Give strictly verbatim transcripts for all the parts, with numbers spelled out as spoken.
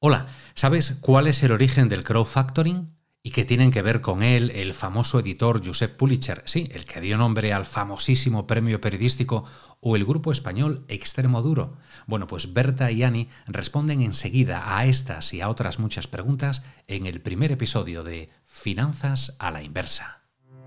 Hola, ¿sabes cuál es el origen del crowdfunding? ¿Y qué tienen que ver con él el famoso editor Josep Pulitzer? Sí, el que dio nombre al famosísimo premio periodístico, o el grupo español Extremoduro. Bueno, pues Berta y Ani responden enseguida a estas y a otras muchas preguntas en el primer episodio de Finanzas a la Inversa.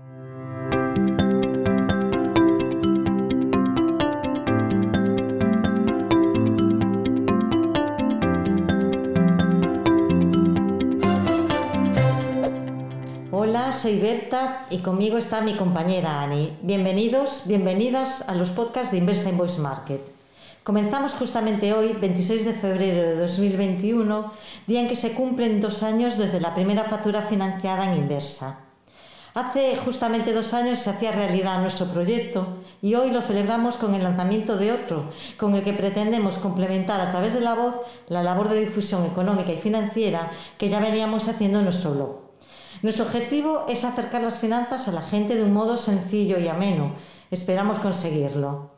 Hola, soy Berta y conmigo está mi compañera Ani. Bienvenidos, bienvenidas a los podcasts de Inversa Invoice Market. Comenzamos justamente hoy, veintiséis de febrero de dos mil veintiuno, día en que se cumplen dos años desde la primera factura financiada en Inversa. Hace justamente dos años se hacía realidad nuestro proyecto y hoy lo celebramos con el lanzamiento de otro, con el que pretendemos complementar a través de la voz la labor de difusión económica y financiera que ya veníamos haciendo en nuestro blog. Nuestro objetivo es acercar las finanzas a la gente de un modo sencillo y ameno. Esperamos conseguirlo.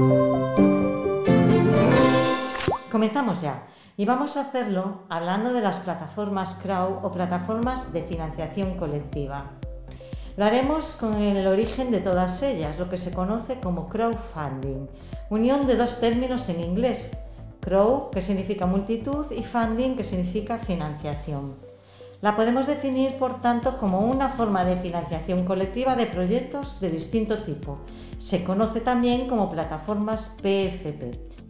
Comenzamos ya y vamos a hacerlo hablando de las plataformas crowd o plataformas de financiación colectiva. Lo haremos con el origen de todas ellas, lo que se conoce como crowdfunding, unión de dos términos en inglés, crowd, que significa multitud, y funding, que significa financiación. La podemos definir, por tanto, como una forma de financiación colectiva de proyectos de distinto tipo. Se conoce también como plataformas P F P.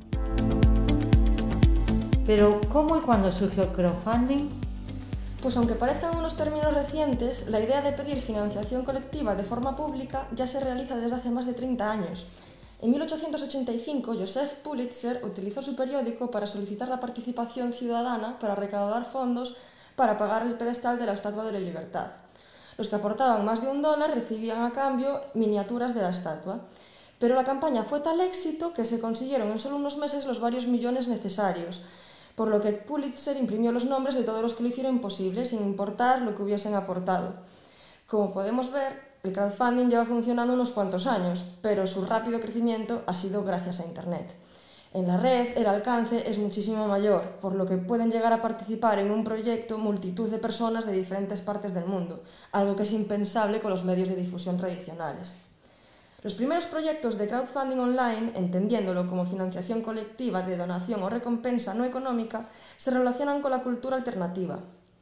Pero, ¿cómo y cuándo surgió el crowdfunding? Pues aunque parezcan unos términos recientes, la idea de pedir financiación colectiva de forma pública ya se realiza desde hace más de treinta años. En mil ochocientos ochenta y cinco, Joseph Pulitzer utilizó su periódico para solicitar la participación ciudadana para recaudar fondos para pagar el pedestal de la Estatua de la Libertad. Los que aportaban más de un dólar recibían a cambio miniaturas de la estatua. Pero la campaña fue tal éxito que se consiguieron en solo unos meses los varios millones necesarios, por lo que Pulitzer imprimió los nombres de todos los que lo hicieron posible, sin importar lo que hubiesen aportado. Como podemos ver, el crowdfunding lleva funcionando unos cuantos años, pero su rápido crecimiento ha sido gracias a Internet. En la red, el alcance es muchísimo mayor, por lo que pueden llegar a participar en un proyecto multitud de personas de diferentes partes del mundo, algo que es impensable con los medios de difusión tradicionales. Los primeros proyectos de crowdfunding online, entendiéndolo como financiación colectiva de donación o recompensa no económica, se relacionan con la cultura alternativa.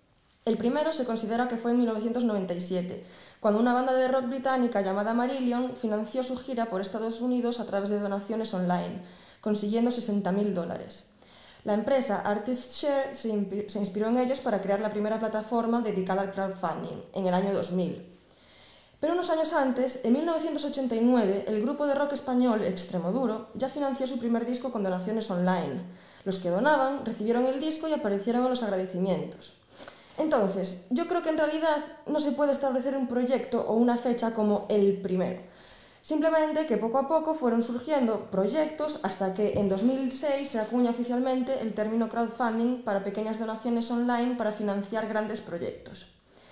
El primero se considera que fue en mil novecientos noventa y siete, cuando una banda de rock británica llamada Marillion financió su gira por Estados Unidos a través de donaciones online, consiguiendo sesenta mil dólares. La empresa ArtistShare se, se inspiró en ellos para crear la primera plataforma dedicada al crowdfunding, en el año dos mil. Pero unos años antes, en mil novecientos ochenta y nueve, el grupo de rock español Extremoduro ya financió su primer disco con donaciones online. Los que donaban recibieron el disco y aparecieron en los agradecimientos. Entonces, yo creo que en realidad no se puede establecer un proyecto o una fecha como el primero. Simplemente que poco a poco fueron surgiendo proyectos hasta que en dos mil seis se acuña oficialmente el término crowdfunding para pequeñas donaciones online para financiar grandes proyectos.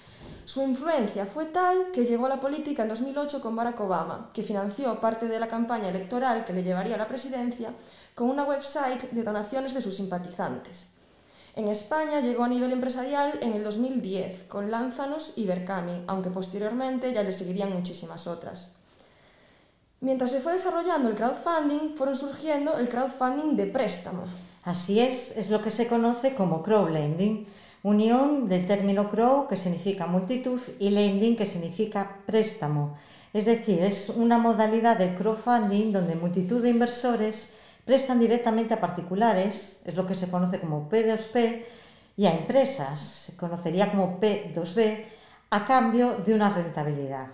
Su influencia fue tal que llegó a la política en dos mil ocho con Barack Obama, que financió parte de la campaña electoral que le llevaría a la presidencia con una website de donaciones de sus simpatizantes. En España llegó a nivel empresarial en el dos mil diez con Lánzanos y Berkami, aunque posteriormente ya le seguirían muchísimas otras. Mientras se fue desarrollando el crowdfunding, fueron surgiendo el crowdfunding de préstamo. Así es, es lo que se conoce como crowdlending, unión del término crow, que significa multitud, y lending, que significa préstamo. Es decir, es una modalidad del crowdfunding donde multitud de inversores prestan directamente a particulares, es lo que se conoce como P dos P, y a empresas, se conocería como P dos B, a cambio de una rentabilidad.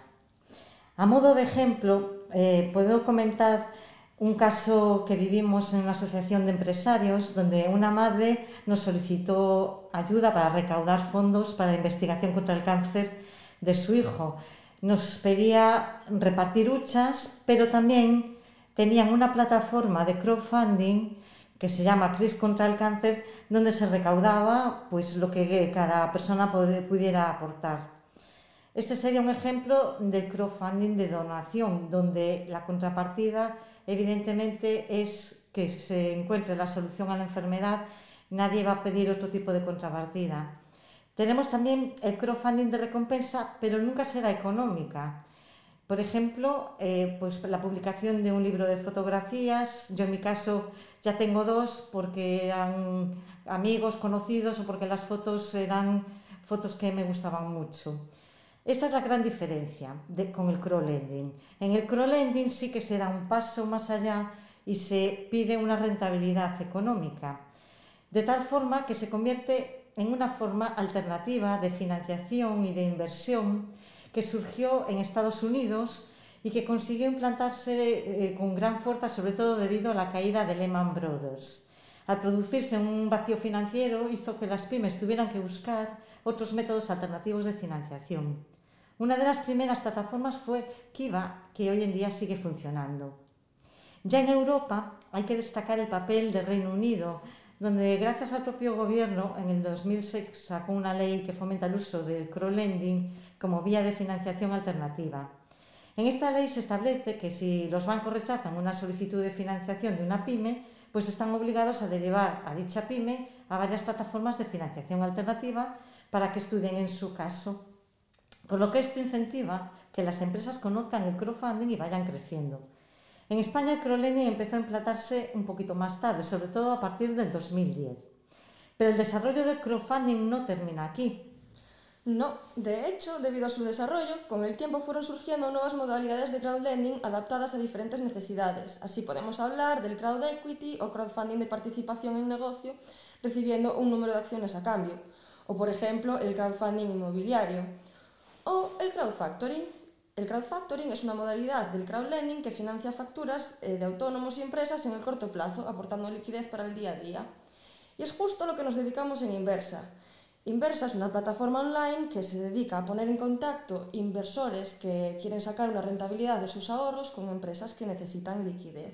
A modo de ejemplo, eh, puedo comentar un caso que vivimos en una asociación de empresarios donde una madre nos solicitó ayuda para recaudar fondos para la investigación contra el cáncer de su hijo. Nos pedía repartir huchas, pero también tenían una plataforma de crowdfunding que se llama CRIS contra el cáncer, donde se recaudaba pues, lo que cada persona pudiera aportar. Este sería un ejemplo de crowdfunding de donación, donde la contrapartida evidentemente es que se encuentre la solución a la enfermedad Nadie va a pedir otro tipo de contrapartida. Tenemos también el crowdfunding de recompensa, pero nunca será económica. Por ejemplo, eh, pues la publicación de un libro de fotografías. Yo en mi caso ya tengo dos porque eran amigos, conocidos, o porque las fotos eran fotos que me gustaban mucho. Esta es la gran diferencia de, con el crowdlending. En el crowdlending sí que se da un paso más allá y se pide una rentabilidad económica, de tal forma que se convierte en una forma alternativa de financiación y de inversión que surgió en Estados Unidos y que consiguió implantarse eh, con gran fuerza, sobre todo debido a la caída de Lehman Brothers. Al producirse un vacío financiero, hizo que las pymes tuvieran que buscar otros métodos alternativos de financiación. Una de las primeras plataformas fue Kiva, que hoy en día sigue funcionando. Ya en Europa hay que destacar el papel del Reino Unido, donde gracias al propio gobierno en el dos mil seis sacó una ley que fomenta el uso del crowdlending como vía de financiación alternativa. En esta ley se establece que si los bancos rechazan una solicitud de financiación de una pyme, pues están obligados a derivar a dicha pyme a varias plataformas de financiación alternativa para que estudien en su caso. Por lo que esto incentiva que las empresas conozcan el crowdfunding y vayan creciendo. En España el crowdlending empezó a implantarse un poquito más tarde, sobre todo a partir del dos mil diez. Pero el desarrollo del crowdfunding no termina aquí. No, de hecho, debido a su desarrollo, con el tiempo fueron surgiendo nuevas modalidades de crowdlending adaptadas a diferentes necesidades. Así podemos hablar del crowd equity o crowdfunding de participación en negocio, recibiendo un número de acciones a cambio. O, por ejemplo, el crowdfunding inmobiliario. O el crowdfactoring. El crowdfactoring es una modalidad del crowdlending que financia facturas de autónomos y empresas en el corto plazo, aportando liquidez para el día a día. Y es justo lo que nos dedicamos en Inversa. Inversa es una plataforma online que se dedica a poner en contacto inversores que quieren sacar una rentabilidad de sus ahorros con empresas que necesitan liquidez.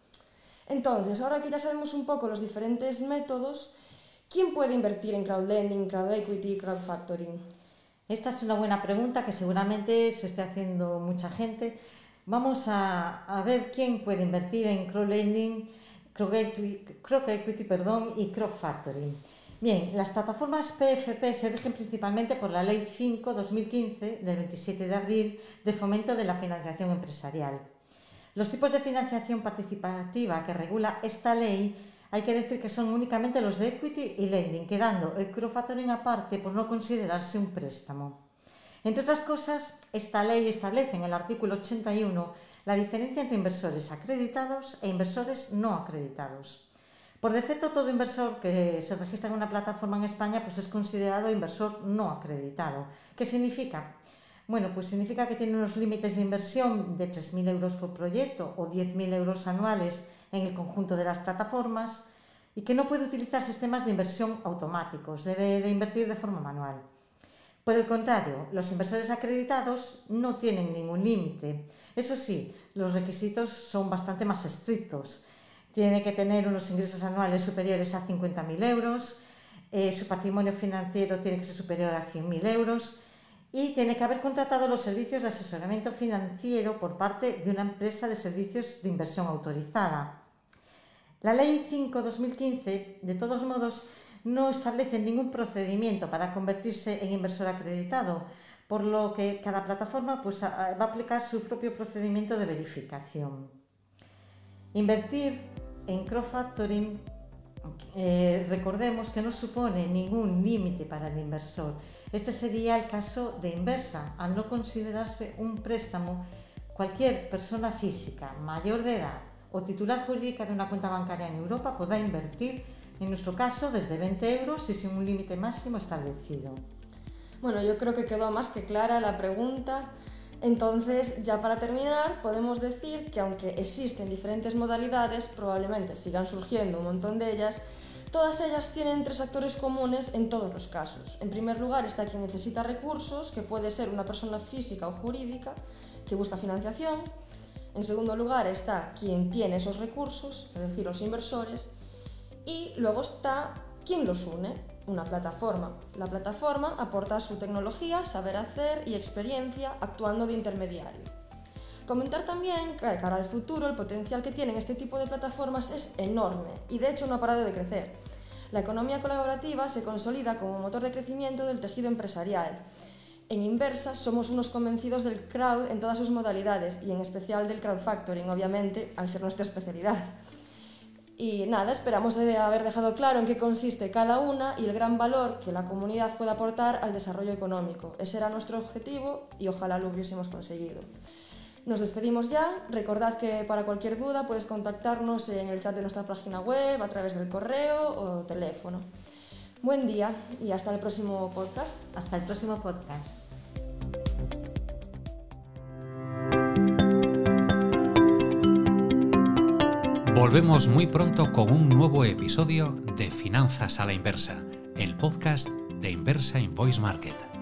Entonces, ahora que ya sabemos un poco los diferentes métodos, ¿quién puede invertir en crowdlending, crowd equity y crowdfactoring? Esta es una buena pregunta que seguramente se esté haciendo mucha gente. Vamos a, a ver quién puede invertir en crowdlending, crowd equity, crowd equity perdón, y crowdfactoring. Bien, las plataformas P F P se rigen principalmente por la Ley cinco barra dos mil quince del veintisiete de abril de fomento de la financiación empresarial. Los tipos de financiación participativa que regula esta ley hay que decir que son únicamente los de equity y lending, quedando el crowdfactoring aparte por no considerarse un préstamo. Entre otras cosas, esta ley establece en el artículo ochenta y uno la diferencia entre inversores acreditados e inversores no acreditados. Por defecto, todo inversor que se registra en una plataforma en España pues es considerado inversor no acreditado. ¿Qué significa? Bueno, pues significa que tiene unos límites de inversión de tres mil euros por proyecto o diez mil euros anuales en el conjunto de las plataformas y que no puede utilizar sistemas de inversión automáticos, debe de invertir de forma manual. Por el contrario, los inversores acreditados no tienen ningún límite. Eso sí, los requisitos son bastante más estrictos. Tiene que tener unos ingresos anuales superiores a cincuenta mil euros, eh, su patrimonio financiero tiene que ser superior a cien mil euros y tiene que haber contratado los servicios de asesoramiento financiero por parte de una empresa de servicios de inversión autorizada. La Ley cinco barra dos mil quince, de todos modos, no establece ningún procedimiento para convertirse en inversor acreditado, por lo que cada plataforma pues, va a aplicar su propio procedimiento de verificación. Invertir en crowdfactoring, eh, recordemos que no supone ningún límite para el inversor. Este sería el caso de Inversa. Al no considerarse un préstamo, cualquier persona física mayor de edad o titular jurídica de una cuenta bancaria en Europa podrá invertir, en nuestro caso, desde veinte euros y sin un límite máximo establecido. Bueno, yo creo que quedó más que clara la pregunta. Entonces, ya para terminar, podemos decir que aunque existen diferentes modalidades, probablemente sigan surgiendo un montón de ellas, todas ellas tienen tres actores comunes en todos los casos. En primer lugar está quien necesita recursos, que puede ser una persona física o jurídica que busca financiación. En segundo lugar está quien tiene esos recursos, es decir, los inversores. Y luego está quien los une, una plataforma. La plataforma aporta su tecnología, saber hacer y experiencia actuando de intermediario. Comentar también que, de cara al futuro, el potencial que tienen este tipo de plataformas es enorme y de hecho no ha parado de crecer. La economía colaborativa se consolida como motor de crecimiento del tejido empresarial. En Inversa somos unos convencidos del crowd en todas sus modalidades y en especial del crowdfactoring, obviamente, al ser nuestra especialidad. Y nada, esperamos haber dejado claro en qué consiste cada una y el gran valor que la comunidad puede aportar al desarrollo económico. Ese era nuestro objetivo y ojalá lo hubiésemos conseguido. Nos despedimos ya. Recordad que para cualquier duda puedes contactarnos en el chat de nuestra página web, a través del correo o teléfono. Buen día y hasta el próximo podcast. Hasta el próximo podcast. Volvemos muy pronto con un nuevo episodio de Finanzas a la Inversa, el podcast de Inversa Invoice Market.